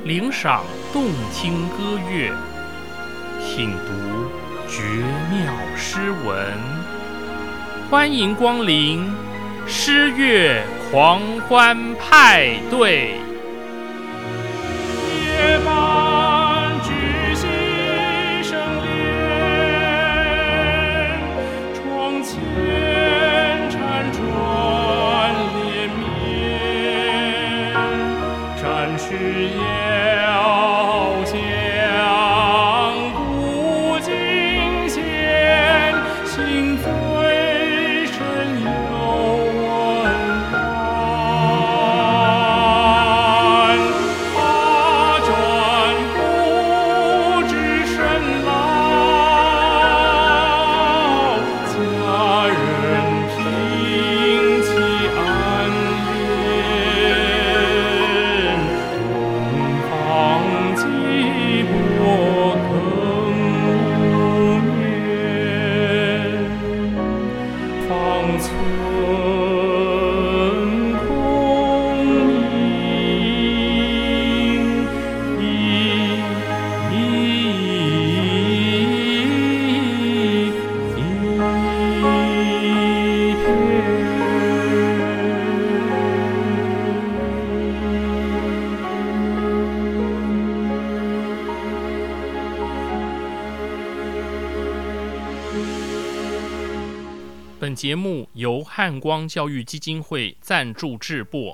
领赏动听歌乐，品读绝妙诗文。欢迎光临诗乐狂欢派对。 夜半举息声连，窗前辗转连绵，展翅遥想古今闲，心最深有温感。他转不知深老，佳人平气安然，东方寂寞更无眠，方寸空本节目由汉光教育基金会赞助制播。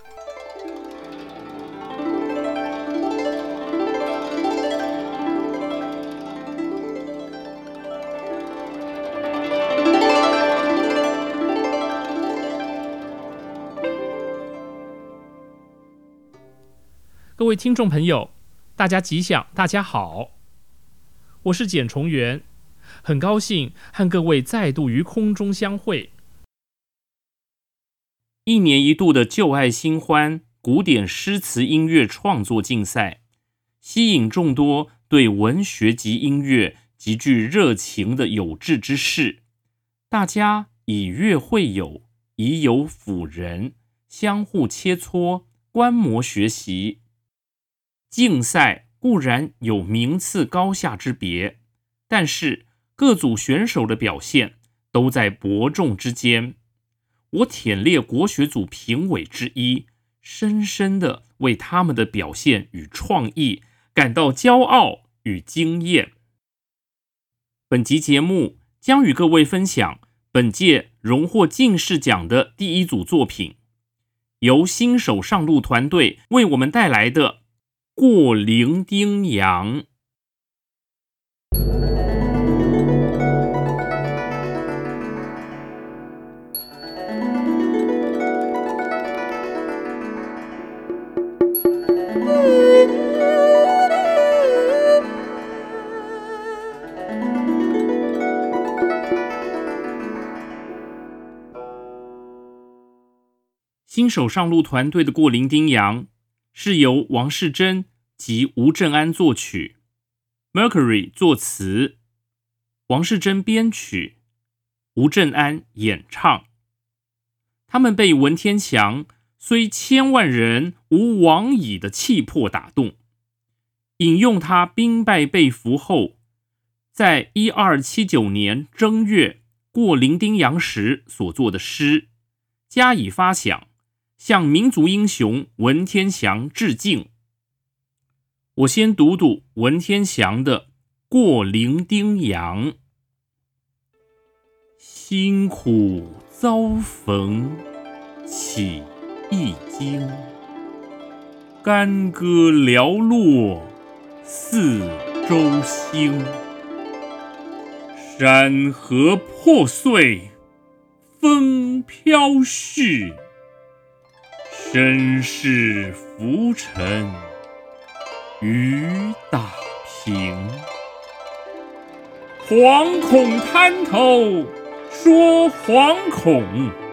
各位听众朋友，大家吉祥，大家好，我是简崇元，很高兴和各位再度于空中相会。一年一度的旧爱新欢古典诗词音乐创作竞赛，吸引众多对文学及音乐极具热情的有志之士，大家以乐会友，以友辅仁，相互切磋，观摩学习。竞赛固然有名次高下之别，但是各组选手的表现都在伯仲之间。我忝列国学组评委之一，深深地为他们的表现与创意感到骄傲与惊艳。本集节目将与各位分享本届荣获进士奖的第一组作品，由新手上路团队为我们带来的《过零丁洋》。新手上路团队的《过零丁洋》是由王世贞及吴正安作曲， Mercury 作词，王世贞编曲，吴正安演唱。他们被文天祥虽千万人无往矣的气魄打动，引用他兵败被俘后，在1279年正月过零丁洋时所作的诗，加以发想，向民族英雄文天祥致敬。我先读读文天祥的《过零丁洋》。辛苦遭逢起一经，干戈寥落四周星。山河破碎风飘逝，身世浮沉雨打平。惶恐滩头说惶恐，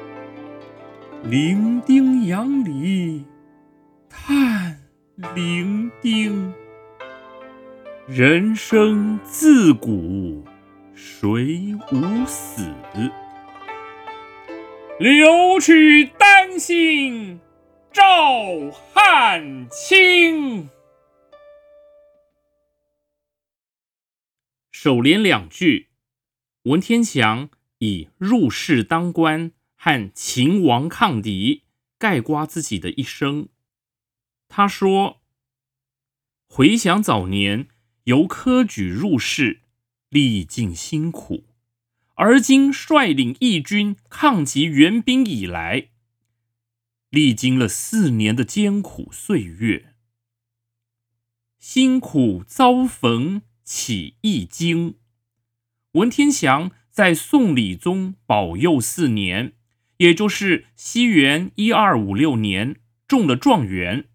零丁洋里叹零丁。人生自古谁无死，留取丹心照汗青。 首联两句，文天祥以入仕当官和秦王抗敌概括自己的一生。他说，回想早年由科举入仕，历尽辛苦，而今率领义军抗击援兵以来，历经了4年的艰苦岁月，辛苦遭逢起义经。文天祥在宋理宗保佑4年，也就是西元1256年中了状元。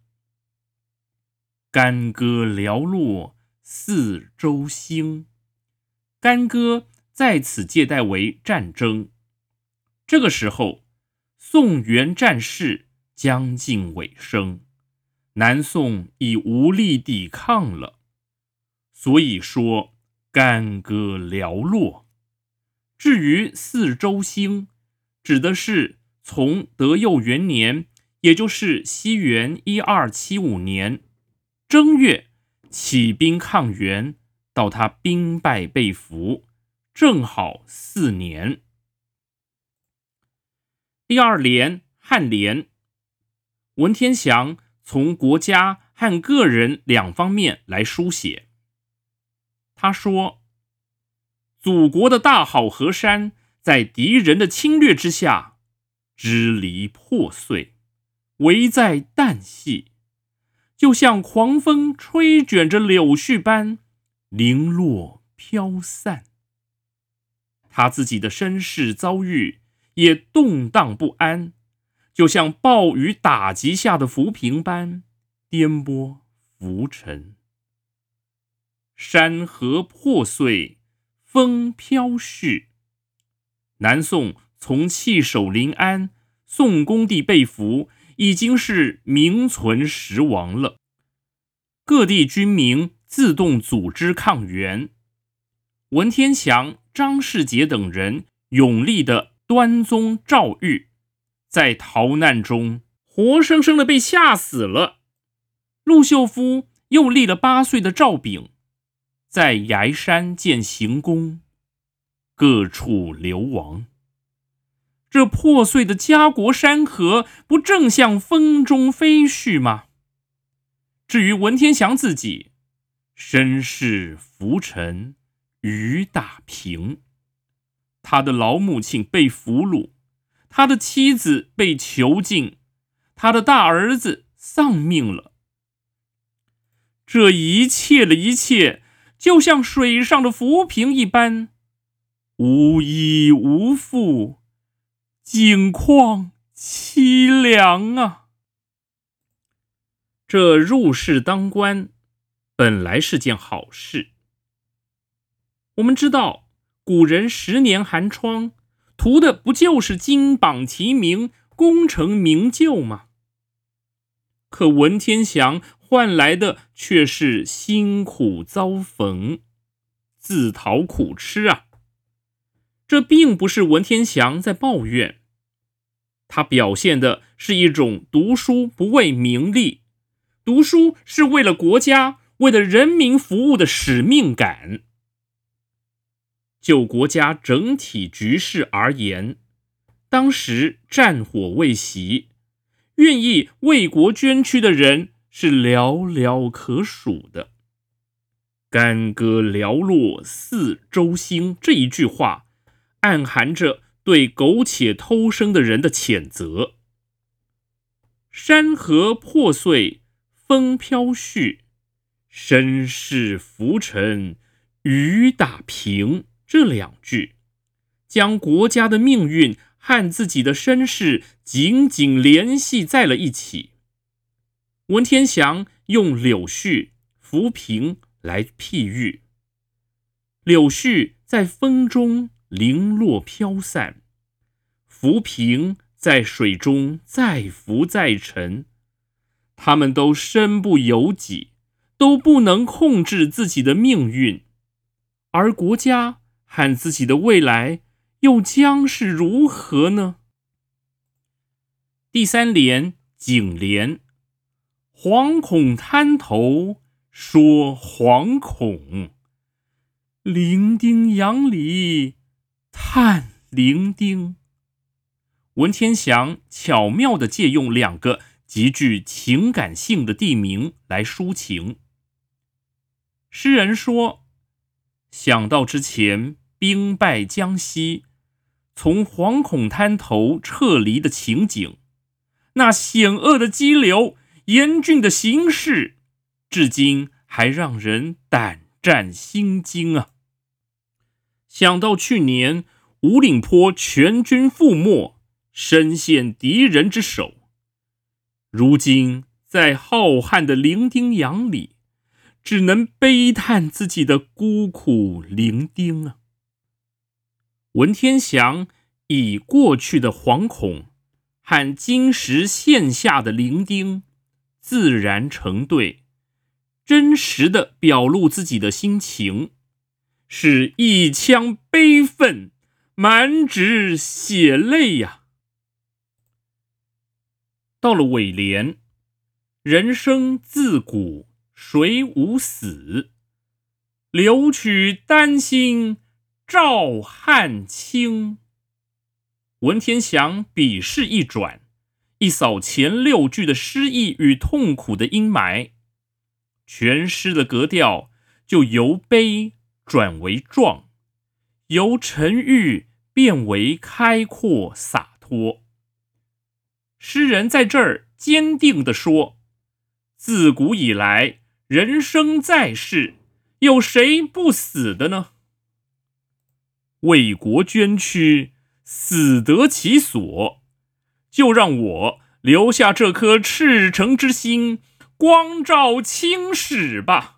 干戈寥落四周星，干戈在此借代为战争。这个时候，宋元战事将近尾声，南宋已无力抵抗了，所以说干戈寥落。至于四周星，指的是从德佑元年，也就是西元1275年正月起兵抗元，到他兵败被俘，正好4年。第二联颔联，文天祥从国家和个人2方面来书写。他说，祖国的大好河山在敌人的侵略之下支离破碎，危在旦夕，就像狂风吹卷着柳絮般零落飘散。他自己的身世遭遇也动荡不安，就像暴雨打击下的浮萍般颠簸浮沉。山河破碎，风飘絮。南宋从弃守临安，宋恭帝被俘，已经是名存实亡了。各地军民自动组织抗元，文天祥、张世杰等人勇立的端宗赵玉，在逃难中活生生的被吓死了。陆秀夫又立了8岁的赵炳，在崖山建行宫，各处流亡。这破碎的家国山河，不正像风中飞絮吗？至于文天祥自己，身世浮沉，雨打萍。他的老母亲被俘虏，他的妻子被囚禁，他的大儿子丧命了。这一切的一切，就像水上的浮萍一般，无依无附，境况凄凉啊！这入仕当官本来是件好事。我们知道，古人10年寒窗，图的不就是金榜题名、功成名就吗？可文天祥换来的却是辛苦遭逢，自讨苦吃啊！这并不是文天祥在抱怨，他表现的是一种读书不为名利，读书是为了国家、为了人民服务的使命感。就国家整体局势而言，当时战火未息，愿意为国捐躯的人是寥寥可数的。干戈寥落四周星这一句话，暗含着对苟且偷生的人的谴责。山河破碎，风飘絮，身世浮沉，雨打萍，这2句将国家的命运和自己的身世紧紧联系在了一起。文天祥用柳絮、浮萍来譬喻，柳絮在风中零落飘散，浮萍在水中再浮再沉，他们都身不由己，都不能控制自己的命运，而国家和自己的未来又将是如何呢？第3联颈联，惶恐滩头说惶恐， 伶仃洋里叹伶仃。文天祥巧妙地借用两个极具情感性的地名来抒情。诗人说，想到之前兵败江西，从惶恐滩头撤离的情景，那险恶的激流，严峻的形势，至今还让人胆战心惊啊！想到去年五岭坡全军覆没，身陷敌人之手，如今在浩瀚的伶仃洋里，只能悲叹自己的孤苦伶仃啊！文天祥以过去的惶恐和今时现下的伶仃自然成对，真实地表露自己的心情，是一腔悲愤，满纸血泪呀！到了尾联，人生自古谁无死，留取丹心照汗青。文天祥笔势一转，一扫前6句的诗意与痛苦的阴霾，全诗的格调就由悲转为壮，由沉郁变为开阔洒脱。诗人在这儿坚定地说，自古以来，人生在世，有谁不死的呢？为国捐躯，死得其所，就让我留下这颗赤诚之心，光照青史吧。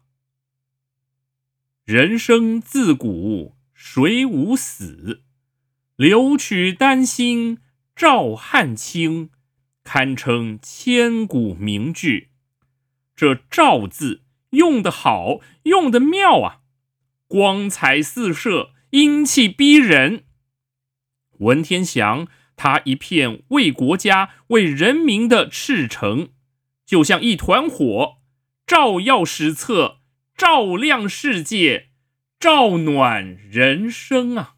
人生自古谁无死，留取丹心照汗青，堪称千古名句。这照字用得好，用得妙啊，光彩四射，英气逼人。文天祥他一片为国家为人民的赤诚，就像一团火，照耀史册，照亮世界，照暖人生啊！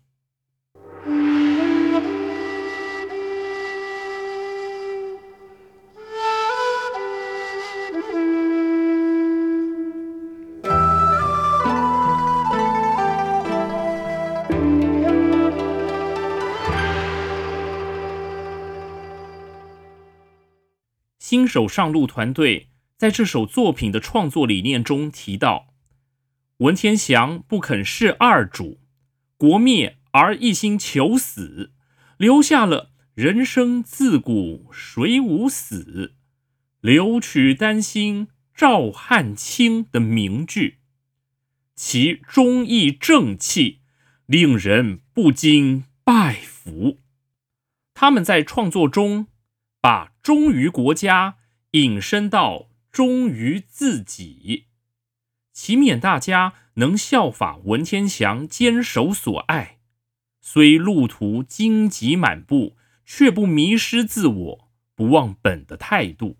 新手上路团队在这首作品的创作理念中提到，文天祥不肯事二主，国灭而一心求死，留下了人生自古谁无死，留取丹心照汗青的名句，其忠义正气令人不禁拜服。他们在创作中把忠于国家引申到忠于自己，祈勉大家能效法文天祥坚守所爱，虽路途荆棘满布，却不迷失自我，不忘本的态度。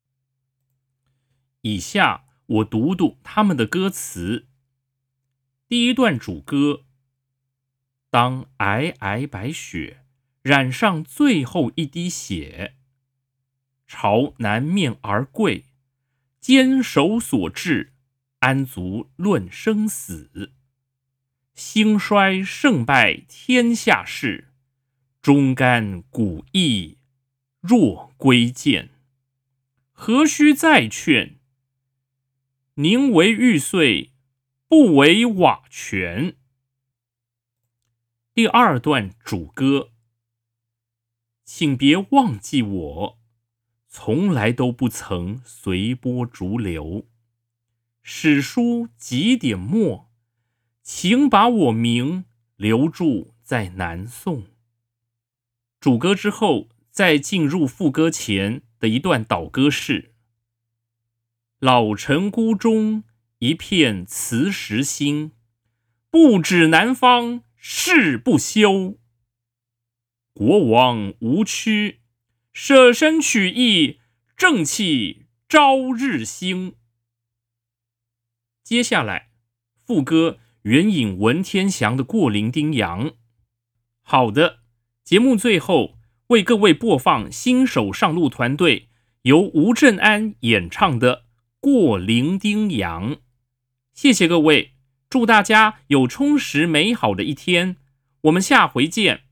以下我读读他们的歌词。第一段主歌，当皑皑白雪染上最后一滴血，朝南面而跪，坚守所志，安足论生死。兴衰胜败天下事，忠肝古义若归见。何须再劝，宁为玉碎，不为瓦全。第二段主歌，请别忘记我，从来都不曾随波逐流。史书几点墨，请把我名留住在南宋。主歌之后，再进入副歌前的一段导歌是：老臣孤忠，一片磁石心，不指南方誓不休。国王无躯，舍身取义，正气朝日兴。接下来副歌援引文天祥的《过零丁洋》。好的，节目最后为各位播放新手上路团队由吴正安演唱的《过零丁洋》。谢谢各位，祝大家有充实美好的一天，我们下回见。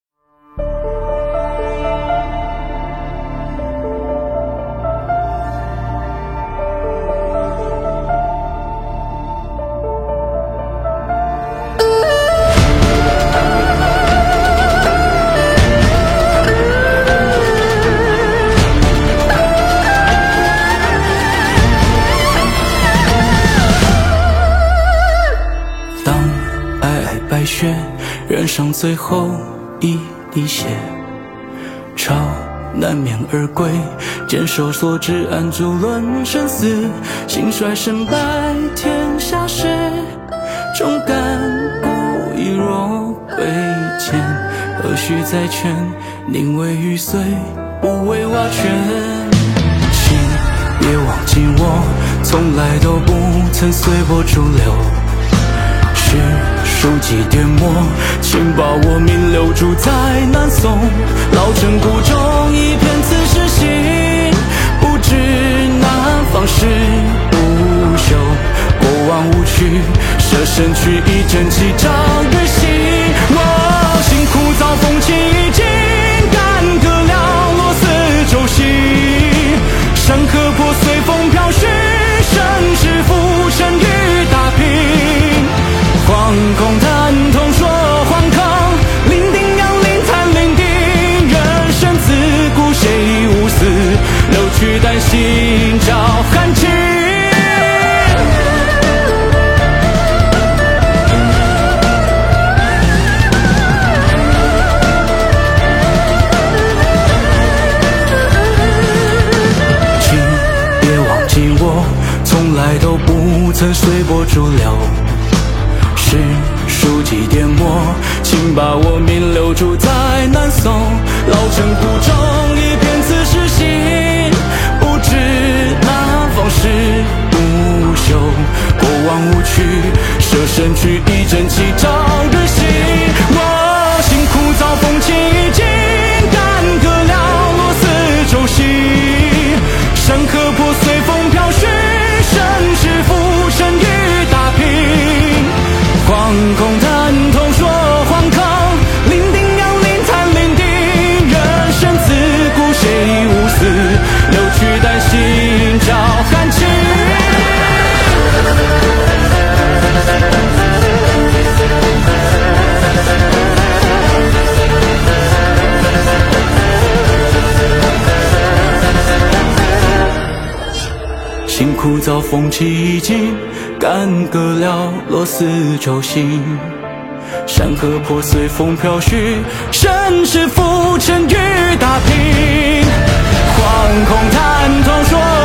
白雪染上最后一滴血，朝南面而归，坚守所至，按住论生死，兴衰胜败天下事，忠肝骨亦若贵贱，何须再劝？宁为玉碎，不为瓦全。请别忘记我，从来都不曾随波逐流，是书籍颠墨，请把我名留住在南宋。老臣骨中一片此世心，不知南方事不休。过往无趣，舍身去一阵起朝日夕。我辛苦遭风起已经，干戈寥落四周星。山河破碎风飘絮，盛世浮沉与大平。惶恐叹痛说惶恐，零丁洋零叹零丁，人生自古谁无死，留取丹心照汗青。请别忘记我，从来都不曾随波逐流，是书籍颠墨，请把我名留住在南宋。老臣骨中一片此世心，不知南方事不休。过往无趣，舍身去一阵起朝日夕。我辛苦遭风起已经，干戈寥落四周星。山河破碎风飘絮，盛世浮沉与大平。惶恐叹痛说惶恐，零丁洋零叹零丁，人生自古谁无死，留取丹心照汗青。辛苦遭风起已经，干戈寥落四周星。山河破碎风飘絮，盛世浮沉与大平。惶恐叹痛说